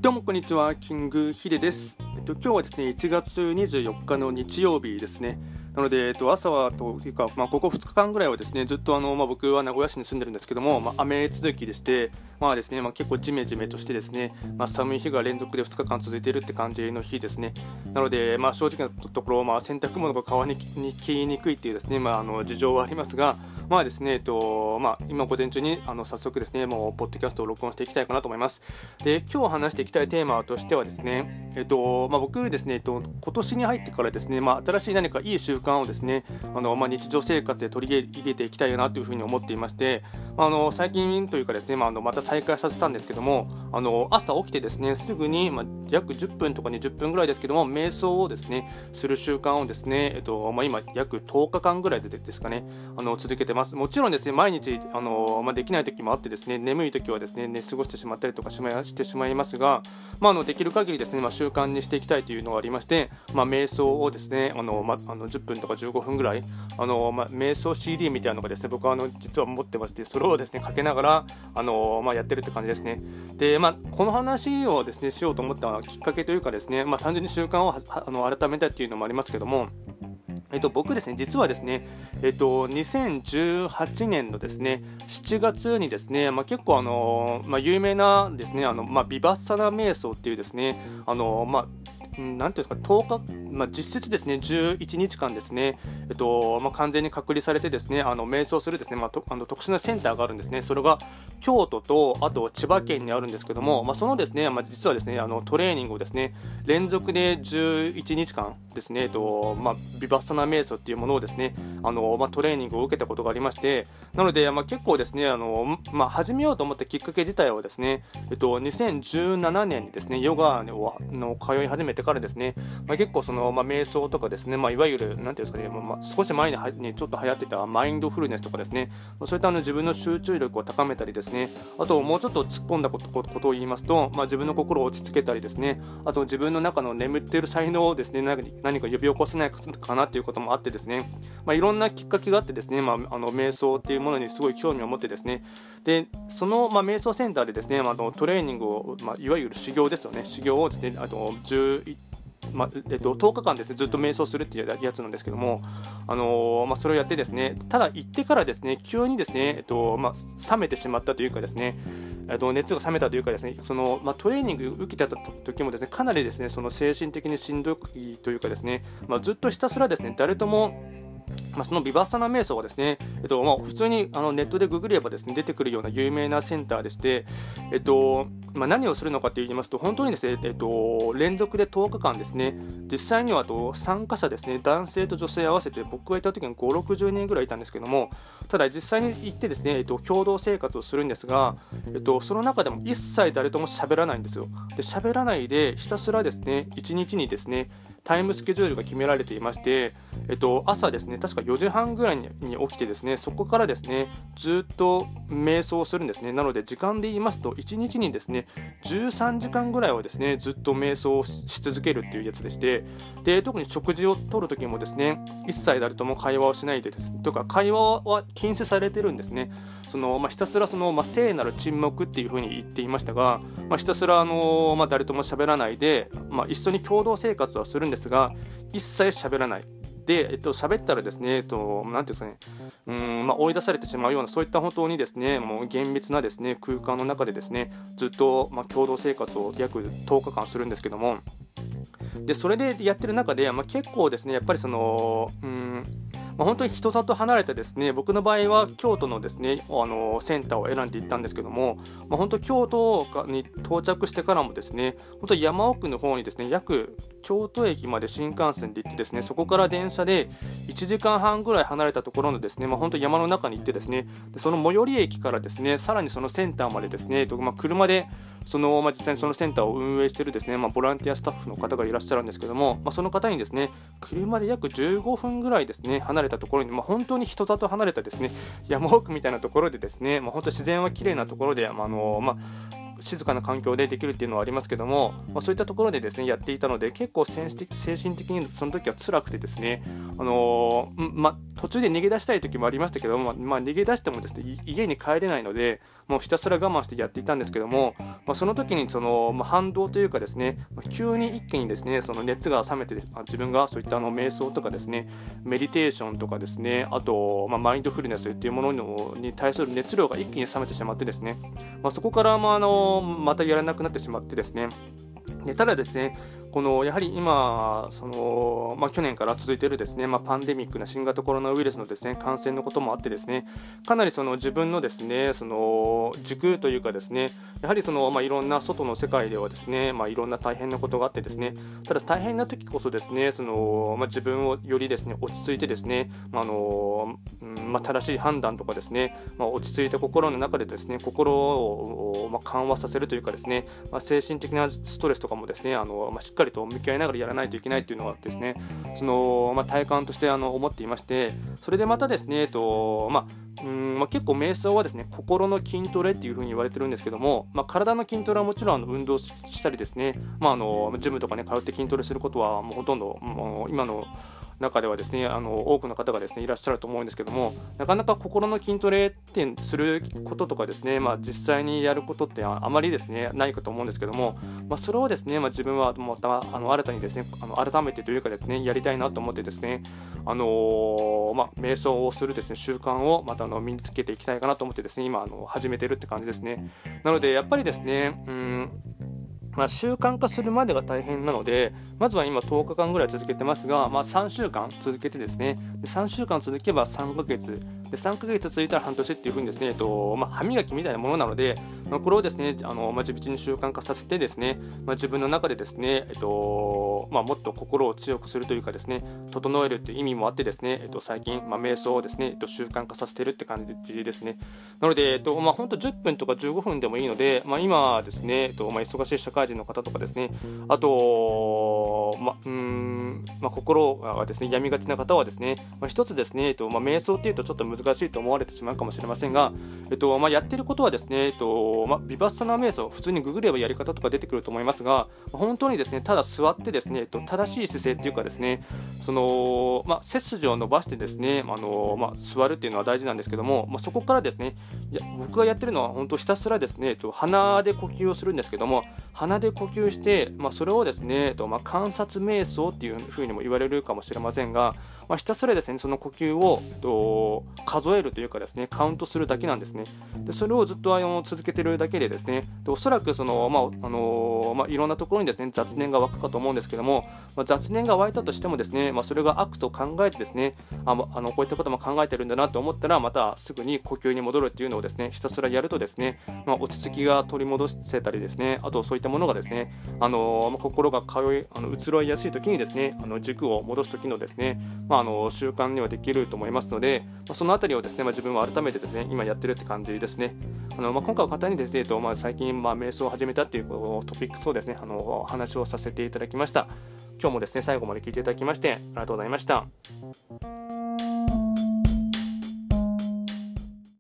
どうもこんにちは、キングヒデです。今日はですね、1月24日の日曜日ですね。なので、朝はというか、ここ2日間ぐらいはですね、ずっと僕は名古屋市に住んでるんですけども、雨続きでして、ですね、結構ジメジメとしてですね、寒い日が連続で2日間続いているって感じの日ですね。なので、正直なところ、洗濯物が乾きにくいっていうですね、事情はありますが、ですね、今午前中に早速ですね、もうポッドキャストを録音していきたいかなと思います。で、今日話していきたいテーマとしてはですね、僕ですね、今年に入ってからですね、新しい何かいい習慣をですね、日常生活で取り入れていきたいなというふうに思っていまして、最近というかですね、また再開させたんですけども、朝起きてですね、すぐに、約10分とか20分ぐらいですけども、瞑想をですね、する習慣をですね、今約10日間ぐらいでですかね、続けてます。もちろんですね、毎日できない時もあってですね、眠い時はですね、寝過ごしてしまったりとかしてしまいますが、できる限りですね、習慣にしていきたいというのがありまして、瞑想をですね、10分とか15分ぐらい、瞑想 CD みたいなのがですね、僕は実は持ってまして、それをですね、かけながら、やってるって感じですね。で、この話をですね、しようと思ったきっかけというかですね、単純に習慣を改めたいというのもありますけども、僕ですね、実はですね、2018年のですね、7月にですね、結構有名なですね、ビバッサナ瞑想っていうですね、なんていうんですか、10日、実質ですね、11日間ですね、完全に隔離されてですね、瞑想するですね、特殊なセンターがあるんですね。それが京都と、あと千葉県にあるんですけども、そのですね、実はですね、トレーニングをですね、連続で11日間ですね、ビバッサナ瞑想っていうものをですね、トレーニングを受けたことがありまして、なので、結構ですね、始めようと思ったきっかけ自体はですね、2017年にですね、ヨガを通い始めてからですね、結構その、瞑想とかですね、いわゆるなんていうんですかね、少し前にちょっと流行ってたマインドフルネスとかですね、そういった自分の集中力を高めたりですね、あともうちょっと突っ込んだことを言いますと、自分の心を落ち着けたりですね、あと自分の中の眠っている才能をですね、何か呼び起こせないかなということもあってですね、いろんなきっかけがあってですね、瞑想っていうものにすごい興味を持ってですね、でその、瞑想センターでですね、トレーニングを、いわゆる修行ですよね、修行をですね、10日間ですね、ずっと瞑想するっていうやつなんですけども、それをやってですね、ただ行ってからですね、急にですね、冷めてしまったというかですね、熱が冷めたというかですね、その、トレーニング受けてた時もですね、かなりですね、その精神的にしんどいというかですね、ずっとひたすらですね、誰ともそのビバッサナ瞑想はですね、普通にネットでググればですね、出てくるような有名なセンターでして、何をするのかと言いますと、本当にですね、連続で10日間ですね、実際には参加者ですね、男性と女性合わせて僕がいた時に5、60人ぐらいいたんですけども、ただ実際に行ってですね、共同生活をするんですが、その中でも一切誰とも喋らないんですよ。で、喋らないでひたすらですね、1日にですね、タイムスケジュールが決められていまして、朝ですね、確か4時半ぐらいに起きてですね、そこからですね、ずっと瞑想するんですね。なので時間で言いますと、1日にですね、13時間ぐらいはですね、ずっと瞑想をし続けるっていうやつでして、で、特に食事をとるときもですね、一切誰とも会話をしないでですとか、会話は禁止されてるんですね。ひたすら聖なる沈黙っていう風に言っていましたが、ひたすら誰とも喋らないで、一緒に共同生活はするんですが、一切喋らない。で、喋ったらですね、なんていうんですかね、追い出されてしまうような、そういった本当にですね、もう厳密なですね、空間の中でですね、ずっと、共同生活を約10日間するんですけども、で、それでやってる中で、結構ですね、やっぱり本当に人里離れてですね、僕の場合は京都のですね、センターを選んでいったんですけども、本当京都に到着してからもですね、本当山奥の方にですね、約京都駅まで新幹線で行ってですね、そこから電車で1時間半ぐらい離れたところのですね、本当山の中に行ってですね、でその最寄り駅からですね、さらにそのセンターまでですね、車で実際にそのセンターを運営しているですね、ボランティアスタッフの方がいらっしゃるんですけども、その方にですね、車で約15分ぐらいですね、離れたところに、本当に人里離れたですね、山奥みたいなところでですね、本当自然は綺麗なところで、 静かな環境でできるっていうのはありますけども、そういったところでですねやっていたので、結構精神的にその時は辛くてですね、途中で逃げ出したい時もありましたけども、逃げ出してもですね家に帰れないので、もうひたすら我慢してやっていたんですけども、その時に反動というかですね、急に一気にですねその熱が冷めて、自分がそういった瞑想とかですね、メディテーションとかですね、あと、マインドフルネスっていうものに対する熱量が一気に冷めてしまってですね、そこから、またやらなくなってしまってですね、ただですね、やはり今去年から続いているですね、パンデミックな新型コロナウイルスのですね感染のこともあってですね、かなり自分のですね軸というかですね、やはりいろんな外の世界ではですね、いろんな大変なことがあってですね、ただ大変な時こそですね自分をよりですね落ち着いてですね、正しい判断とかですね、落ち着いた心の中でですね心を緩和させるというかですね、精神的なストレスとかもですねしっかりと向き合いながらやらないといけないというのはですね、体感として思っていまして、それでまたですね、結構瞑想はですね心の筋トレっていう風に言われてるんですけども、体の筋トレはもちろん運動したりですね、ジムとかね通って筋トレすることはもうほとんど今の中ではですね多くの方がですねいらっしゃると思うんですけども、なかなか心の筋トレってすることとかですね、実際にやることってあまりですねないかと思うんですけども、それをですね、自分はまた新たにですね改めてというかですねやりたいなと思ってですね瞑想をするですね習慣をまた身につけていきたいかなと思ってですね今始めてるって感じですね。なのでやっぱりですね習慣化するまでが大変なので、まずは今10日間ぐらい続けてますが、3週間続けてですね、3週間続けば3ヶ月で、3ヶ月続いたら半年っていう風にですね、歯磨きみたいなものなので、これをですね地道に習慣化させてですね、自分の中でですね、もっと心を強くするというかですね、整えるっていう意味もあってですね、最近、瞑想をですね、習慣化させてるって感じですね。なので、本当10分とか15分でもいいので、今ですね、忙しい社会人の方とかですね、あと、心がですね病みがちな方はですね、一つですね、瞑想っていうとちょっと難しいと思われてしまうかもしれませんが、やってることはですね、ビバッサナ瞑想、普通にググればやり方とか出てくると思いますが、本当にですねただ座ってですね、正しい姿勢っていうかですね、背筋を伸ばしてですね、座るっていうのは大事なんですけども、そこからですね、僕がやってるのは本当ひたすらですね、鼻で呼吸をするんですけども、鼻で呼吸して、それをですね、観察瞑想っていう風にも言われるかもしれませんが、ひたすらですねその呼吸を、数えるというかですねカウントするだけなんですね。でそれをずっと続けてるだけでですね、でおそらくいろんなところにですね雑念が湧くかと思うんですけども、雑念が湧いたとしてもですね、それが悪と考えてですね、こういったことも考えてるんだなと思ったら、またすぐに呼吸に戻るっていうのをですねひたすらやるとですね、落ち着きが取り戻せたりですね、あとそういったものがですね、心が移ろいやすい時にですね軸を戻す時のですね、習慣にはできると思いますので、そのあたりをですね、自分は改めてですね今やってるって感じですね。今回は簡単にですね、最近瞑想を始めたっていうトピックスをですね話をさせていただきました。今日もですね最後まで聞いていただきましてありがとうございました。